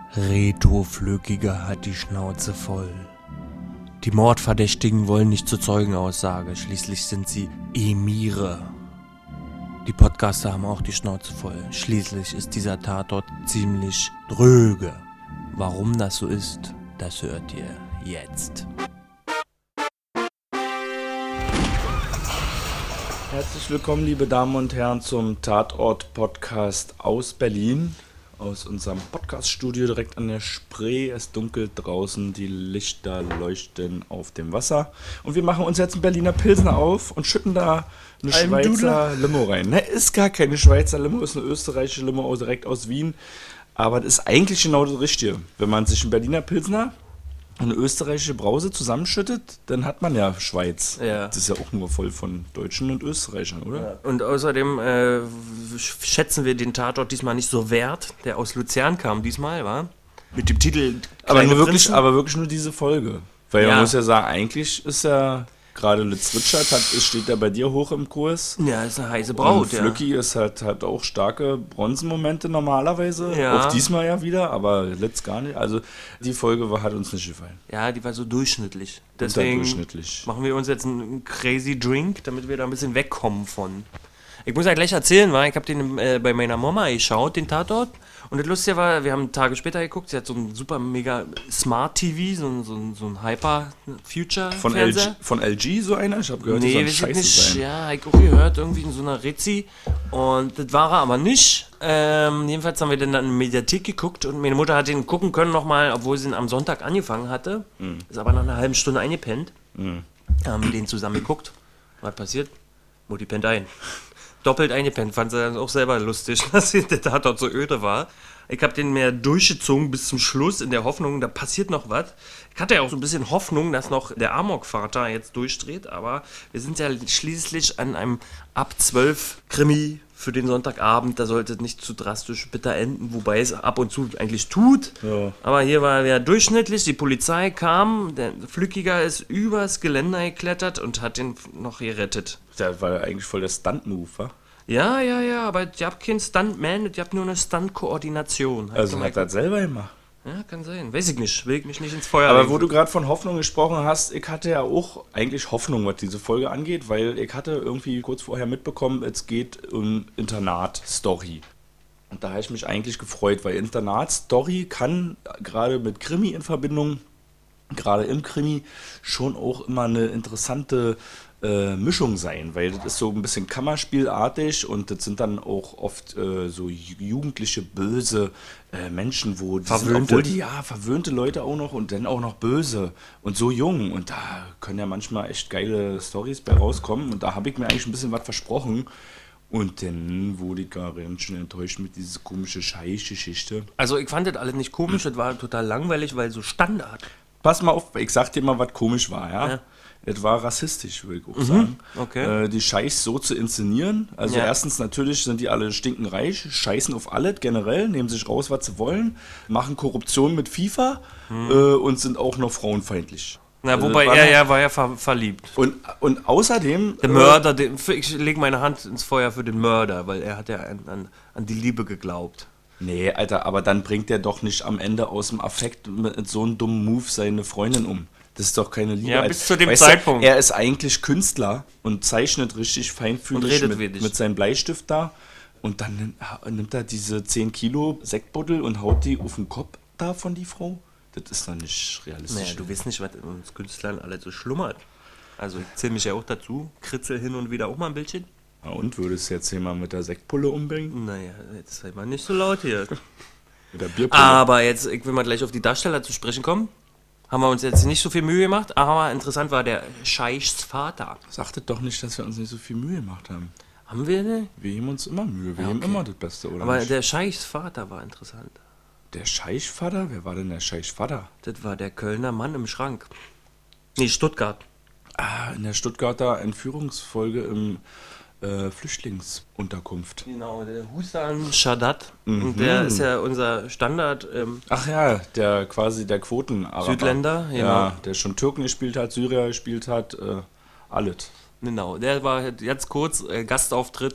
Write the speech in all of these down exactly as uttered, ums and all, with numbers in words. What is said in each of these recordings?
Reto Flückiger hat die Schnauze voll. Die Mordverdächtigen wollen nicht zur Zeugenaussage, schließlich sind sie Emire. Die Podcaster haben auch die Schnauze voll, schließlich ist dieser Tatort ziemlich dröge. Warum das so ist, das hört ihr jetzt. Herzlich willkommen, liebe Damen und Herren, zum Tatort-Podcast aus Berlin. Aus unserem Podcast-Studio direkt an der Spree. Es dunkelt draußen, die Lichter leuchten auf dem Wasser. Und wir machen uns jetzt einen Berliner Pilsner auf und schütten da eine Ein Schweizer Limo rein. Ne, ist gar keine Schweizer Limo, ist eine österreichische Limo direkt aus Wien. Aber das ist eigentlich genau das Richtige. Wenn man sich einen Berliner Pilsner und eine österreichische Brause zusammenschüttet, dann hat man ja Schweiz. Ja. Das ist ja auch nur voll von Deutschen und Österreichern, oder? Ja. Und außerdem äh, schätzen wir den Tatort diesmal nicht so wert, der aus Luzern kam diesmal, war? Mit dem Titel Aber, Kleine nur wirklich, Prinzen. aber wirklich nur diese Folge. Weil Ja. man muss ja sagen, eigentlich ist ja gerade Litz Richard, hat, es steht ja bei dir hoch im Kurs. Ja, ist eine heiße Und Braut, ja. Flücki ist halt, hat auch starke Bronzenmomente normalerweise. Ja. Auch diesmal ja wieder, aber Litz gar nicht. Also die Folge war, hat uns nicht gefallen. Ja, die war so durchschnittlich. Deswegen Unterdurchschnittlich. machen wir uns jetzt einen crazy Drink, damit wir da ein bisschen wegkommen von. Ich muss ja gleich erzählen, weil ich habe den äh, bei meiner Mama geschaut, den Tatort. Und das Lustige war, wir haben Tage später geguckt, sie hat so ein super mega Smart T V, so ein, so ein, so ein Von L G, Hyper-Future-Fernseher. von L G so einer? Ich habe gehört, Nee, das soll weiß ich scheiße nicht. sein. Ja, ich auch gehört, irgendwie in so einer Rezi. Und das war er aber nicht. Ähm, jedenfalls haben wir dann in der Mediathek geguckt und meine Mutter hat den gucken können nochmal, obwohl sie ihn am Sonntag angefangen hatte. Mhm. Ist aber nach einer halben Stunde eingepennt. Mhm. Haben wir den zusammen geguckt. Was passiert? Mutti pennt ein. Doppelt eingepennt. Fand sie dann auch selber lustig, dass der Tatort so öde war. Ich habe den mehr durchgezogen bis zum Schluss in der Hoffnung, da passiert noch was. Ich hatte ja auch so ein bisschen Hoffnung, dass noch der Amok-Vater jetzt durchdreht, aber wir sind ja schließlich an einem ab zwölf Krimi für den Sonntagabend. Da sollte es nicht zu drastisch bitter enden, wobei es ab und zu eigentlich tut. Ja. Aber hier war ja durchschnittlich, die Polizei kam, der Flückiger ist übers Geländer geklettert und hat den noch gerettet. Der war ja eigentlich voll der Stunt-Move, wa? Ja, ja, ja, aber ihr habt keinen Stuntman, ihr habt nur eine Stunt-Koordination. Also hat er das selber gemacht. Ja, kann sein. Weiß ich nicht. Will ich mich nicht ins Feuer Aber legen. wo du gerade von Hoffnung gesprochen hast, ich hatte ja auch eigentlich Hoffnung, was diese Folge angeht, weil ich hatte irgendwie kurz vorher mitbekommen, es geht um Internat-Story. Und da habe ich mich eigentlich gefreut, weil Internat-Story kann gerade mit Krimi in Verbindung, gerade im Krimi, schon auch immer eine interessante äh, Mischung sein, weil das ist so ein bisschen Kammerspielartig und das sind dann auch oft äh, so jugendliche, böse äh, Menschen, wo die sind, Verwöhnte. obwohl die ja verwöhnte Leute auch noch und dann auch noch böse und so jung und da können ja manchmal echt geile Storys bei rauskommen und da habe ich mir eigentlich ein bisschen was versprochen und dann wurde ich gar ganz schön enttäuscht mit dieser komischen Scheiß-Geschichte. Also ich fand das alles nicht komisch, das war total langweilig, weil so Standard. Pass mal auf, ich sag dir mal, was komisch war, ja. Ja. Es war rassistisch, würde ich auch sagen. okay. Äh, die Scheiß so zu inszenieren. Also Ja. erstens natürlich sind die alle stinkenreich, scheißen auf alles generell, nehmen sich raus, was sie wollen, machen Korruption mit FIFA äh, und sind auch noch frauenfeindlich. Na, Also wobei das war er noch- ja war ja ver verliebt. Und, und außerdem... Der äh, Mörder, den, für- ich lege meine Hand ins Feuer für den Mörder, weil er hat ja an, an, an die Liebe geglaubt. Nee, Alter, aber dann bringt er doch nicht am Ende aus dem Affekt mit so einem dummen Move seine Freundin um. Das ist doch keine Liebe. Ja, bis zu dem Weißt Zeitpunkt. Du, er ist eigentlich Künstler und zeichnet richtig feinfühlig Und redet mit, wenig. mit seinem Bleistift da. Und dann nimmt- nimmt er diese zehn Kilo Sektbuddel und haut die auf den Kopf da von die Frau. Das ist doch nicht realistisch. Naja, du weißt nicht, was in uns Künstlern alles so schlummert. Also ich zähle mich ja auch dazu, kritzel hin und wieder auch mal ein Bildchen. Ja, und würdest du jetzt jemand mit der Sektpulle umbringen? Naja, jetzt sei mal nicht so laut hier. Mit der Bierpulle? Aber jetzt, ich will mal gleich auf die Darsteller zu sprechen kommen. Haben wir uns jetzt nicht so viel Mühe gemacht, aber interessant war der Scheichs Vater. Sagtet doch nicht, dass wir uns nicht so viel Mühe gemacht haben. Haben wir ne? Wir geben uns immer Mühe, wir Ja, geben okay. immer das Beste, oder Aber nicht? der Scheichs Vater war interessant. Der Scheichvater? Wer war denn der Scheichvater? Das war der Kölner Mann im Schrank. Nee, Stuttgart. Ah, in der Stuttgarter Entführungsfolge im äh, Flüchtlingsunterkunft. Genau, der Husan Shadat. Mhm. Und der ist ja unser Standard ähm, Ach ja, der quasi der Quoten-Araber. Südländer. Genau. Ja, der schon Türken gespielt hat, Syrier gespielt hat, äh, alles. Genau, der war jetzt kurz äh, Gastauftritt.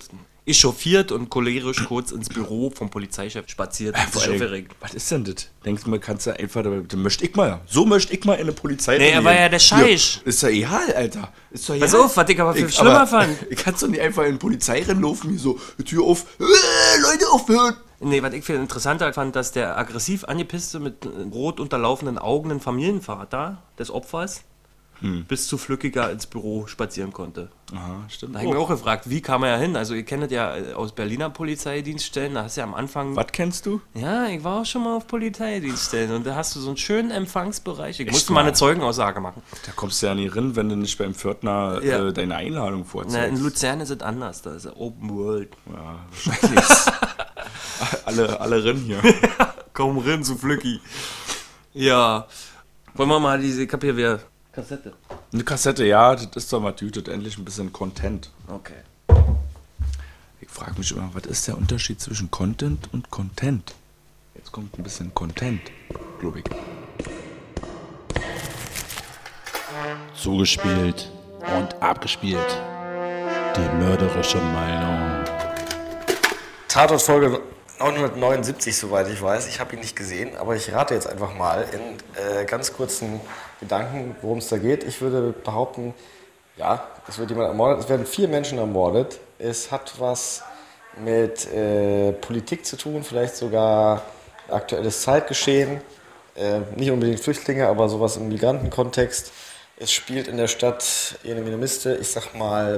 echauffiert und cholerisch kurz ins Büro vom Polizeichef spaziert und sich aufgeregt. Was ist denn das? Denkst du mal, kannst du einfach, da möchte ich mal, so möchte ich mal in eine Polizei. Nee, er war ja der Scheich. Ja, ist doch egal, Alter. Ist doch egal. Pass auf, was ich aber viel ich, schlimmer aber, fand. Ich kannst doch nicht einfach in eine Polizei laufen, hier so, Tür auf, äh, Leute aufhören. Nee, was ich viel interessanter fand, dass der aggressiv angepisste, mit rot unterlaufenden Augen Familienvater des Opfers hm. bis zu Flückiger ins Büro spazieren konnte. Aha, stimmt. Da habe ich mir auch gefragt, wie kam er ja hin? Also ihr kennt ja aus Berliner Polizeidienststellen, da hast du ja am Anfang... Was kennst du? Ja, ich war auch schon mal auf Polizeidienststellen und da hast du so einen schönen Empfangsbereich. Ich Echt musste mal eine Zeugenaussage machen. Da kommst du ja nicht rein, wenn du nicht beim Pförtner ja. äh, deine Einladung vorzeigst. Na, in Luzern ist es anders, da ist Open World. Ja, wahrscheinlich. alle, alle rennen hier. Komm rein zu Flücki. Ja, wollen wir mal diese, ich hab hier wieder Kassette. Eine Kassette, ja, das ist doch mal tütet, endlich ein bisschen Content. Okay. Ich frage mich immer, was ist der Unterschied zwischen Content und Content? Jetzt kommt ein bisschen Content, glaube ich. Zugespielt und abgespielt. Die mörderische Meinung. Tatort-Folge neunhundertneunundsiebzig, soweit ich weiß. Ich habe ihn nicht gesehen, aber ich rate jetzt einfach mal in äh, ganz kurzen Gedanken, worum es da geht. Ich würde behaupten, ja, es wird jemand ermordet. Es werden vier Menschen ermordet. Es hat was mit äh, Politik zu tun, vielleicht sogar aktuelles Zeitgeschehen. Äh, nicht unbedingt Flüchtlinge, aber sowas im Migrantenkontext. Es spielt in der Stadt, Ene Miste, ich sag mal,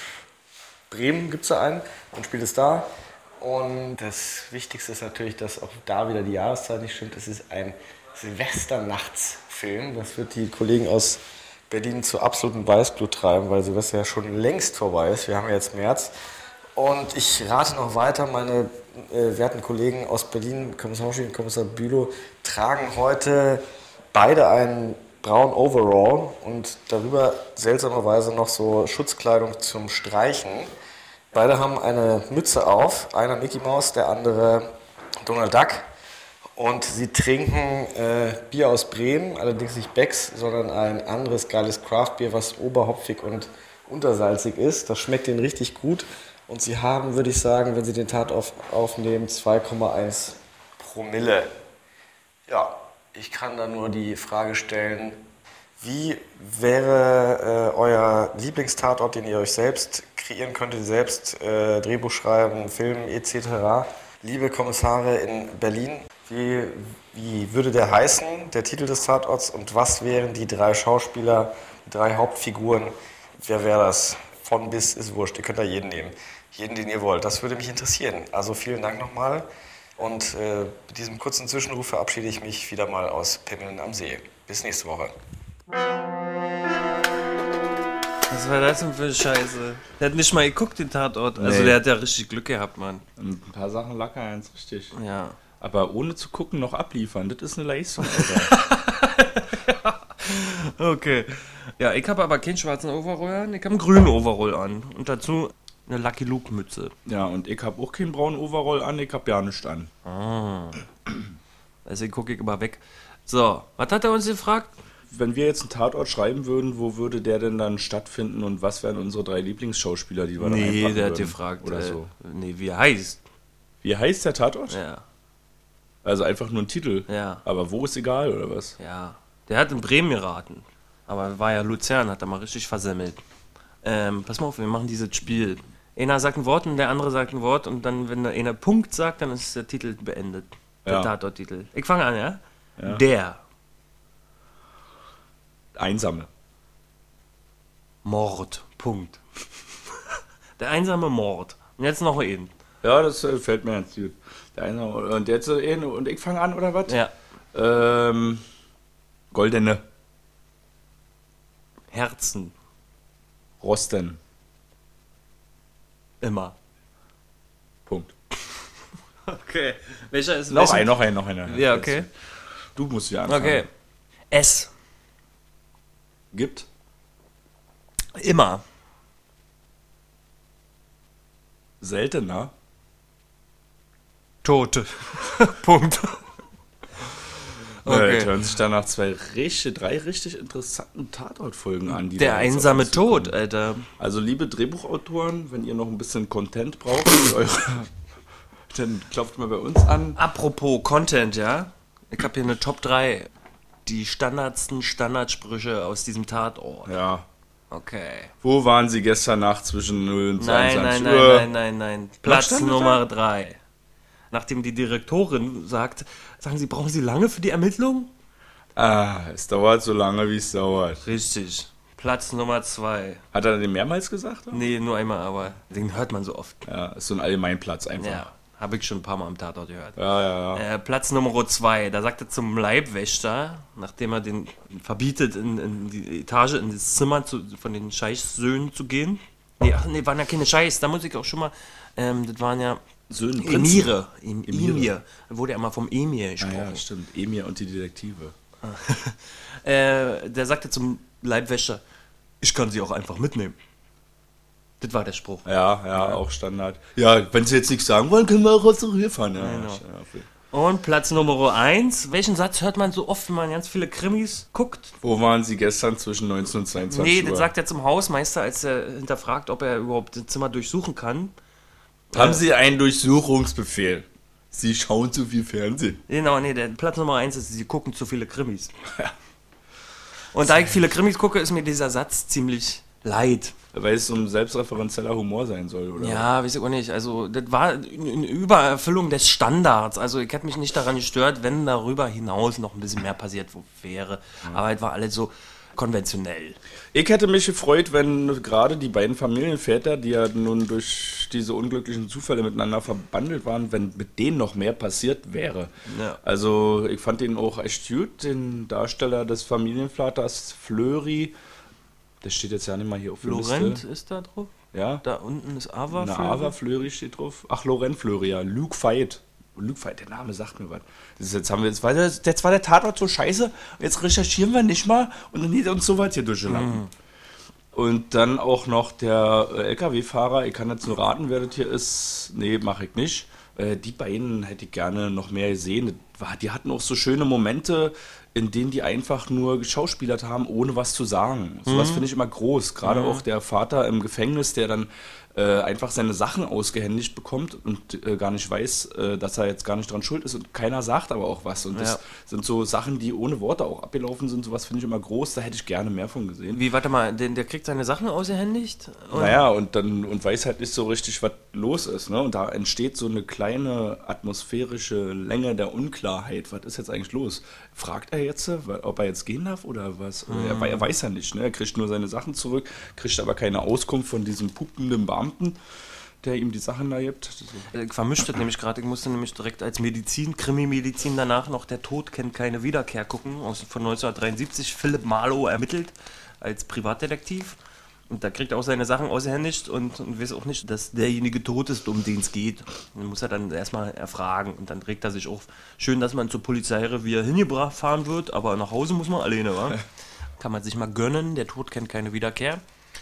Bremen gibt es da einen, dann spielt es da. Und das Wichtigste ist natürlich, dass auch da wieder die Jahreszeit nicht stimmt. Es ist ein Silvesternachtsfilm. Das wird die Kollegen aus Berlin zu absoluten Weißblut treiben, weil Silvester ja schon längst vorbei ist. Wir haben ja jetzt März. Und ich rate noch weiter, meine äh, werten Kollegen aus Berlin, Kommissar Hoshi und Kommissar Bülow, tragen heute beide einen braunen Overall und darüber seltsamerweise noch so Schutzkleidung zum Streichen. Beide haben eine Mütze auf, einer Mickey Mouse, der andere Donald Duck. Und sie trinken äh, Bier aus Bremen, allerdings nicht Becks, sondern ein anderes geiles Craftbier, was oberhopfig und untersalzig ist. Das schmeckt ihnen richtig gut. Und sie haben, würde ich sagen, wenn sie den Tat auf, aufnehmen, zwei Komma eins Promille. Ja, ich kann da nur die Frage stellen, wie wäre äh, euer Lieblingstatort, den ihr euch selbst kreieren könntet, selbst äh, Drehbuch schreiben, Film et cetera. Liebe Kommissare in Berlin, wie, wie würde der heißen, der Titel des Tatorts, und was wären die drei Schauspieler, die drei Hauptfiguren? Wer wäre das? Von bis ist wurscht, ihr könnt da jeden nehmen, jeden, den ihr wollt. Das würde mich interessieren. Also vielen Dank nochmal und äh, mit diesem kurzen Zwischenruf verabschiede ich mich wieder mal aus Pimmeln am See. Bis nächste Woche. Was war das denn für eine Scheiße? Der hat nicht mal geguckt, den Tatort. Also Nee. der hat ja richtig Glück gehabt, Mann. Ein paar Sachen lag er eins richtig. Ja. Aber ohne zu gucken noch abliefern, das ist eine Leistung, Alter. Okay. Ja, ich habe aber keinen schwarzen Overall an, ich habe einen grünen Overall an. Und dazu eine Lucky Luke Mütze. Ja, und ich hab auch keinen braunen Overall an, ich hab ja nichts an. Ah. Deswegen gucke ich immer weg. So, was hat er uns gefragt? Wenn wir jetzt einen Tatort schreiben würden, wo würde der denn dann stattfinden und was wären unsere drei Lieblingsschauspieler, die wir da Nee, einpacken der hat würden? gefragt. Oder äh, so. Nee, wie er heißt. Wie heißt der Tatort? Ja, Also einfach nur ein Titel. ja, Aber wo ist egal, oder was? ja. Der hat in Bremen geraten. Aber war ja Luzern, hat er mal richtig versemmelt. Ähm, pass mal auf, wir machen dieses Spiel. Einer sagt ein Wort und der andere sagt ein Wort und dann, wenn der einer Punkt sagt, dann ist der Titel beendet. Der Ja. Tatorttitel. Ich fange an, ja? Ja. Der Einsame. Mord. Punkt. Der einsame Mord. Und jetzt noch eben. Ja, das äh, fällt mir ganz gut. Der eine, und jetzt äh, eh, und ich fange an, oder was? Ja. Ähm, Goldene. Herzen. Rosten. Immer. Punkt. Okay. Welcher ist Noch welchen- ein, noch ein, noch einer. Ja, okay. Du musst wieder anfangen. Okay. S. Gibt. Immer. Seltener. Tote. Punkt. Okay. Jetzt hören sich danach zwei richtig, drei richtig interessanten Tatort-Folgen an. Die Der da jetzt auf einsame uns zukommen. Tod, Alter. Also liebe Drehbuchautoren, wenn ihr noch ein bisschen Content braucht, für eure, dann klopft mal bei uns an. Apropos Content, ja? Ich habe hier eine Top drei. Die standardsten Standardsprüche aus diesem Tatort. Ja. Okay. Wo waren Sie gestern Nacht zwischen null und Nein, zweiundzwanzig nein, Uhr? nein, nein, nein, nein. Platz stand Nummer drei. Nachdem die Direktorin sagt, sagen Sie, brauchen Sie lange für die Ermittlung? Ah, es dauert so lange, wie es dauert. Richtig. Platz Nummer zwei. Hat er den mehrmals gesagt? Nee, nur einmal, aber den hört man so oft. Ja, ist so ein Allgemeinplatz einfach. Ja, habe ich schon ein paar Mal am Tatort gehört. Ja, ja, ja. Äh, Platz Nummer zwei, da sagt er zum Leibwächter, nachdem er den verbietet, in, in die Etage, in das Zimmer zu, von den Scheichsöhnen zu gehen. Nee, ach nee, waren ja keine Scheiß, da muss ich auch schon mal, ähm, das waren ja Söhne, Emire, em, Emire. Emir, da wurde ja immer vom Emir Ah, gesprochen. ja, stimmt. Emir und die Detektive. äh, der sagte zum Leibwächter, ich kann sie auch einfach mitnehmen. Das war der Spruch. Ja, ja, auch Standard. Ja, wenn Sie jetzt nichts sagen wollen, können wir auch restaurieren fahren. Ja, Genau. ja, okay. Und Platz Nummer eins, welchen Satz hört man so oft, wenn man ganz viele Krimis guckt? Wo waren Sie gestern zwischen neunzehn und zweiundzwanzig Nee, Uhr? das sagt er zum Hausmeister, als er hinterfragt, ob er überhaupt das Zimmer durchsuchen kann. Haben Äh, Sie einen Durchsuchungsbefehl? Sie schauen zu viel Fernsehen. Genau, nee, der Platz Nummer eins ist, sie gucken zu viele Krimis. Und da ich viele Krimis gucke, ist mir dieser Satz ziemlich leid. Weil es so ein selbstreferenzieller Humor sein soll, oder? Ja, weiß ich auch nicht. Also, das war eine Übererfüllung des Standards. Also, ich hätte mich nicht daran gestört, wenn darüber hinaus noch ein bisschen mehr passiert wäre. Aber es war alles so konventionell. Ich hätte mich gefreut, wenn gerade die beiden Familienväter, die ja nun durch diese unglücklichen Zufälle miteinander verbandelt waren, wenn mit denen noch mehr passiert wäre. Ja. Also ich fand den auch echt gut, den Darsteller des Familienvaters Fleury. Das steht jetzt ja nicht mal hier auf der Laurent Liste. ist da drauf. Ja, Da unten ist Ava. eine Fleury. Ava Fleury steht drauf. Ach, Laurent Fleury, ja. Luke Veit. Luke Veit, der Name sagt mir was. Das ist, jetzt haben wir jetzt, weil das, jetzt war der Tatort so scheiße, jetzt recherchieren wir nicht mal und dann geht uns so weit hier durch die Lampen. Mhm. Und dann auch noch der äh, L K W-Fahrer, ich kann jetzt nur raten, wer das hier ist. Nee, mache ich nicht. Äh, die beiden hätte ich gerne noch mehr gesehen. Das war, die hatten auch so schöne Momente, in denen die einfach nur geschauspielert haben, ohne was zu sagen. Sowas finde ich immer groß. Gerade auch der Vater im Gefängnis, der dann äh, einfach seine Sachen ausgehändigt bekommt und äh, gar nicht weiß, äh, dass er jetzt gar nicht dran schuld ist und keiner sagt aber auch was. Und das Ja. sind so Sachen, die ohne Worte auch abgelaufen sind. Sowas finde ich immer groß. Da hätte ich gerne mehr von gesehen. Wie, warte mal, der, der kriegt seine Sachen ausgehändigt? Und Naja, und dann und weiß halt nicht so richtig, was los ist. Ne? Und da entsteht so eine kleine atmosphärische Länge der Unklarheit. Was ist jetzt eigentlich los? Fragt er jetzt, ob er jetzt gehen darf oder was? Oder er, er weiß ja nicht. Ne? Er kriegt nur seine Sachen zurück, kriegt aber keine Auskunft von diesem pupenden Beamten, der ihm die Sachen da gibt. Ich vermischte nämlich gerade, ich musste nämlich direkt als Medizin, Krimi-Medizin danach noch Der Tod kennt keine Wiederkehr gucken, aus, von neunzehnhundertdreiundsiebzig. Philipp Marlowe ermittelt als Privatdetektiv. Und da kriegt er auch seine Sachen ausgehändigt und, und weiß auch nicht, dass derjenige tot ist, um den es geht. Den muss er dann erstmal erfragen und dann regt er sich auf. Schön, dass man zur Polizeirevier hingebracht fahren wird, aber nach Hause muss man alleine, wa? Kann man sich mal gönnen, Der Tod kennt keine Wiederkehr.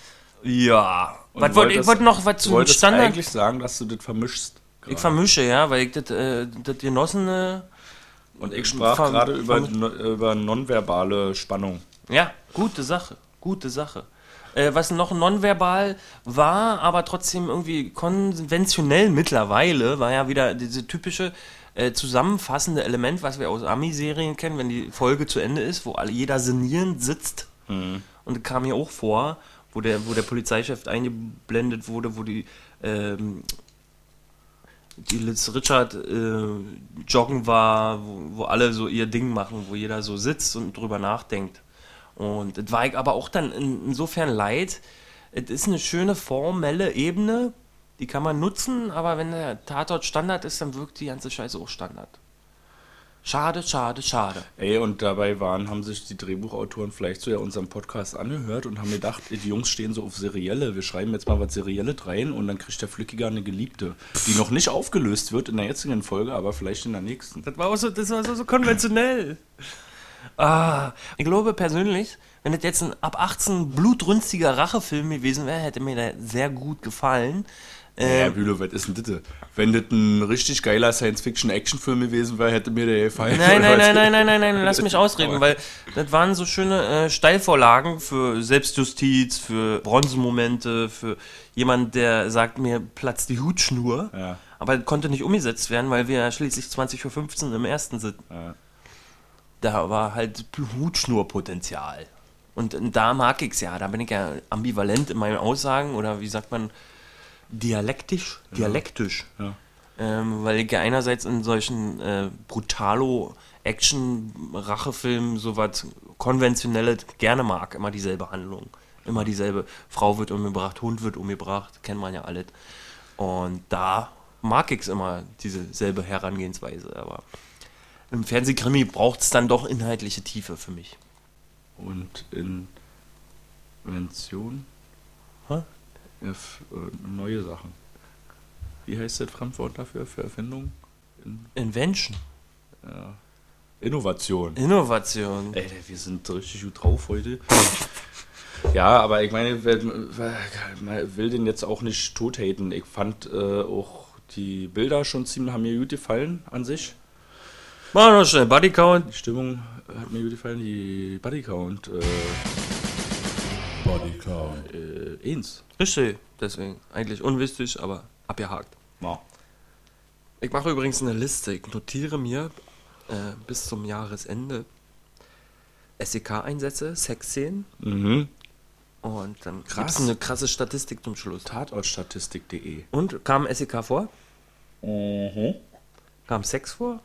Ja, Und was wollte ich wolltest- wollte noch was Du zu wolltest Standard. eigentlich sagen, dass du das vermischst. Ich gerade. vermische, ja, weil ich das, äh, das Genossene. Und ich sprach Ver- gerade über, verm- no, über nonverbale Spannung. Ja, gute Sache, gute Sache. Äh, was noch nonverbal war, aber trotzdem irgendwie konventionell mittlerweile, war ja wieder diese typische äh, zusammenfassende Element, was wir aus Ami-Serien kennen, wenn die Folge zu Ende ist, wo alle, jeder sinnierend sitzt. Und das kam hier auch vor, wo der, wo der Polizeichef eingeblendet wurde, wo die ähm, die Liz Richard äh, joggen war, wo, wo alle so ihr Ding machen, wo jeder so sitzt und drüber nachdenkt. Und das war ich aber auch dann in, insofern leid. Es ist eine schöne formelle Ebene, die kann man nutzen, aber wenn der Tatort Standard ist, dann wirkt die ganze Scheiße auch Standard. Schade, schade, schade. Ey, und dabei waren, haben sich die Drehbuchautoren vielleicht so ja unseren Podcast angehört und haben gedacht, ey, die Jungs stehen so auf Serielle, wir schreiben jetzt mal was Serielles rein und dann kriegt der Flückiger eine Geliebte, die noch nicht aufgelöst wird in der jetzigen Folge, aber vielleicht in der nächsten. Das war auch so, das war so, so konventionell. Ah, ich glaube persönlich, wenn das jetzt ein ab achtzehn blutrünstiger Rachefilm gewesen wäre, hätte mir der sehr gut gefallen. Ja, Bülow, was ist denn das? Wenn das ein richtig geiler Science-Fiction-Action-Film gewesen wäre, hätte mir der gefallen. Nein, nein, nein, nein, nein, nein, nein, lass mich ausreden, weil das waren so schöne äh, Steilvorlagen für Selbstjustiz, für Bronzemomente, für jemand, der sagt, mir platzt die Hutschnur. Ja. Aber das konnte nicht umgesetzt werden, weil wir ja schließlich zwanzig Uhr fünfzehn im ersten sind. Ja. Da war halt Hutschnurpotenzial. Und da mag ich's ja, da bin ich ja ambivalent in meinen Aussagen oder wie sagt man, dialektisch, dialektisch. Ja. Ähm, weil ich ja einerseits in solchen äh, Brutalo-Action-Rachefilmen sowas Konventionelles gerne mag, immer dieselbe Handlung, immer dieselbe, Frau wird umgebracht, Hund wird umgebracht, kennt man ja alles. Und da mag ich es immer, diese selbe Herangehensweise, aber im Fernsehkrimi braucht es dann doch inhaltliche Tiefe für mich. Und Invention? Hä? Ja, f- äh, neue Sachen. Wie heißt das Fremdwort dafür, für Erfindung? In, Invention. ja. Innovation. Innovation. Ey, wir sind richtig gut drauf heute. Ja, aber ich meine, wer- man will den jetzt auch nicht tot haten. Ich fand äh, auch die Bilder schon ziemlich, haben mir gut gefallen an sich. Mach noch schnell Bodycount. Die Stimmung hat mir gut gefallen, die Bodycount. Äh, Bodycount. äh, eins. Richtig, deswegen. Eigentlich unwichtig, aber abgehakt. Ja. Ich mache übrigens eine Liste. Ich notiere mir äh, bis zum Jahresende S E K-Einsätze, Sexszenen Mhm. und dann Krass. gibt es eine krasse Statistik zum Schluss. Tatortstatistik punkt de. Und kam S E K vor? Mhm. Kam Sex vor?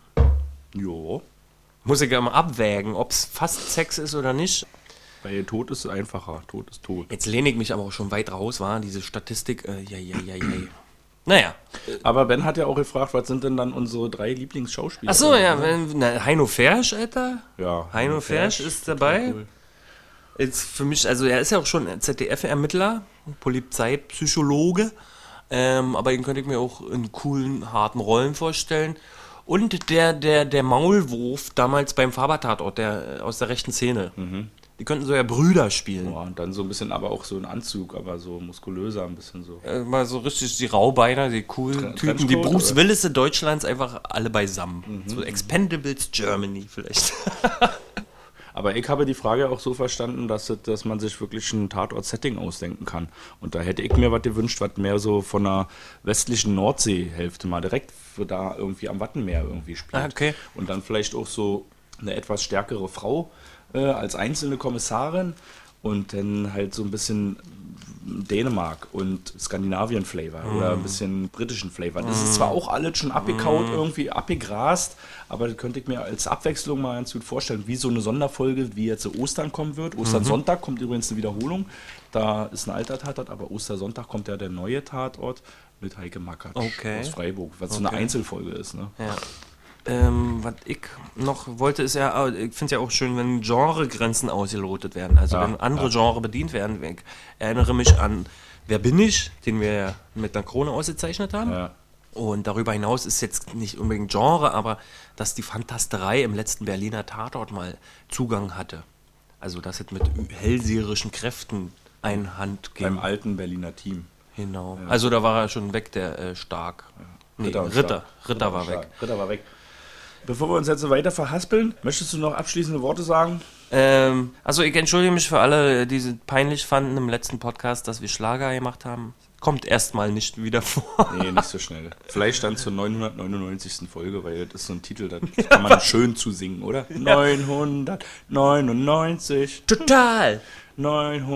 Jo. Muss ich ja mal abwägen, ob es fast Sex ist oder nicht. Weil Tod ist einfacher. Tod ist tot. Jetzt lehne ich mich aber auch schon weit raus, war diese Statistik. Äh, ja, ja, ja, ja. Naja. Aber Ben hat ja auch gefragt, was sind denn dann unsere drei Lieblingsschauspieler? Achso, ja, wenn, na, Heino Fersch, Alter. Ja. Heino Fersch ist dabei. Cool. Ist für mich, also er ist ja auch schon Z D F-Ermittler, Polizeipsychologe, ähm, aber den könnte ich mir auch in coolen, harten Rollen vorstellen. Und der, der, der Maulwurf damals beim Faber-Tatort, der aus der rechten Szene. Die könnten so ja Brüder spielen. Ja, und dann so ein bisschen, aber auch so ein Anzug, aber so muskulöser, ein bisschen so. Äh, mal so richtig die Raubeiner, die coolen Tre- Typen, die Trenchcoat, Bruce oder? Willisse Deutschlands einfach alle beisammen. So Expendables Germany vielleicht. Aber ich habe die Frage auch so verstanden, dass, es- dass man sich wirklich ein Tatort-Setting ausdenken kann. Und da hätte ich mir was gewünscht, was mehr so von der westlichen Nordseehälfte mal direkt für da irgendwie am Wattenmeer irgendwie spielt. Ah, okay. Und dann vielleicht auch so eine etwas stärkere Frau äh, als einzelne Kommissarin und dann halt so ein bisschen Dänemark und Skandinavien-Flavor oder ein bisschen britischen Flavor. Das ist zwar auch alles schon abgekaut, irgendwie abgegrast, aber das könnte ich mir als Abwechslung mal ganz gut vorstellen, wie so eine Sonderfolge, wie jetzt so Ostern kommen wird. Ostersonntag kommt übrigens eine Wiederholung. Da ist ein alter Tatort, aber Ostersonntag kommt ja der neue Tatort mit Heike Makatsch Okay. aus Freiburg, was so eine Okay. Einzelfolge ist. Ne? Ja. Ähm, was ich noch wollte, ist ja, ich finde es ja auch schön, wenn Genregrenzen ausgelotet werden. Also Ja, wenn andere ja. Genre bedient werden. Ich erinnere mich an Wer bin ich, den wir ja mit einer Krone ausgezeichnet haben. Ja. Und darüber hinaus ist jetzt nicht unbedingt Genre, aber dass die Fantasterei im letzten Berliner Tatort mal Zugang hatte. Also dass es mit hellseherischen Kräften einhand ging. Beim alten Berliner Team. Genau. Also da war er schon weg, der äh, Stark. Nee, Ritter Ritter, und Ritter, Stark. war Stark. weg. Ritter war weg. Bevor wir uns jetzt so weiter verhaspeln, möchtest du noch abschließende Worte sagen? Ähm, also ich entschuldige mich für alle, die es peinlich fanden im letzten Podcast, dass wir Schlager gemacht haben. Kommt erstmal nicht wieder vor. Nee, nicht so schnell. Vielleicht dann zur neunhundertneunundneunzigsten Folge, weil das ist so ein Titel, da kann man schön zu singen, oder? neunhundertneunundneunzig. Total.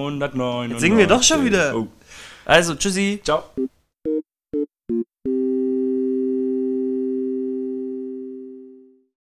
neunhundertneunundneunzig. Jetzt singen wir doch schon wieder. Oh. Also, tschüssi. Ciao.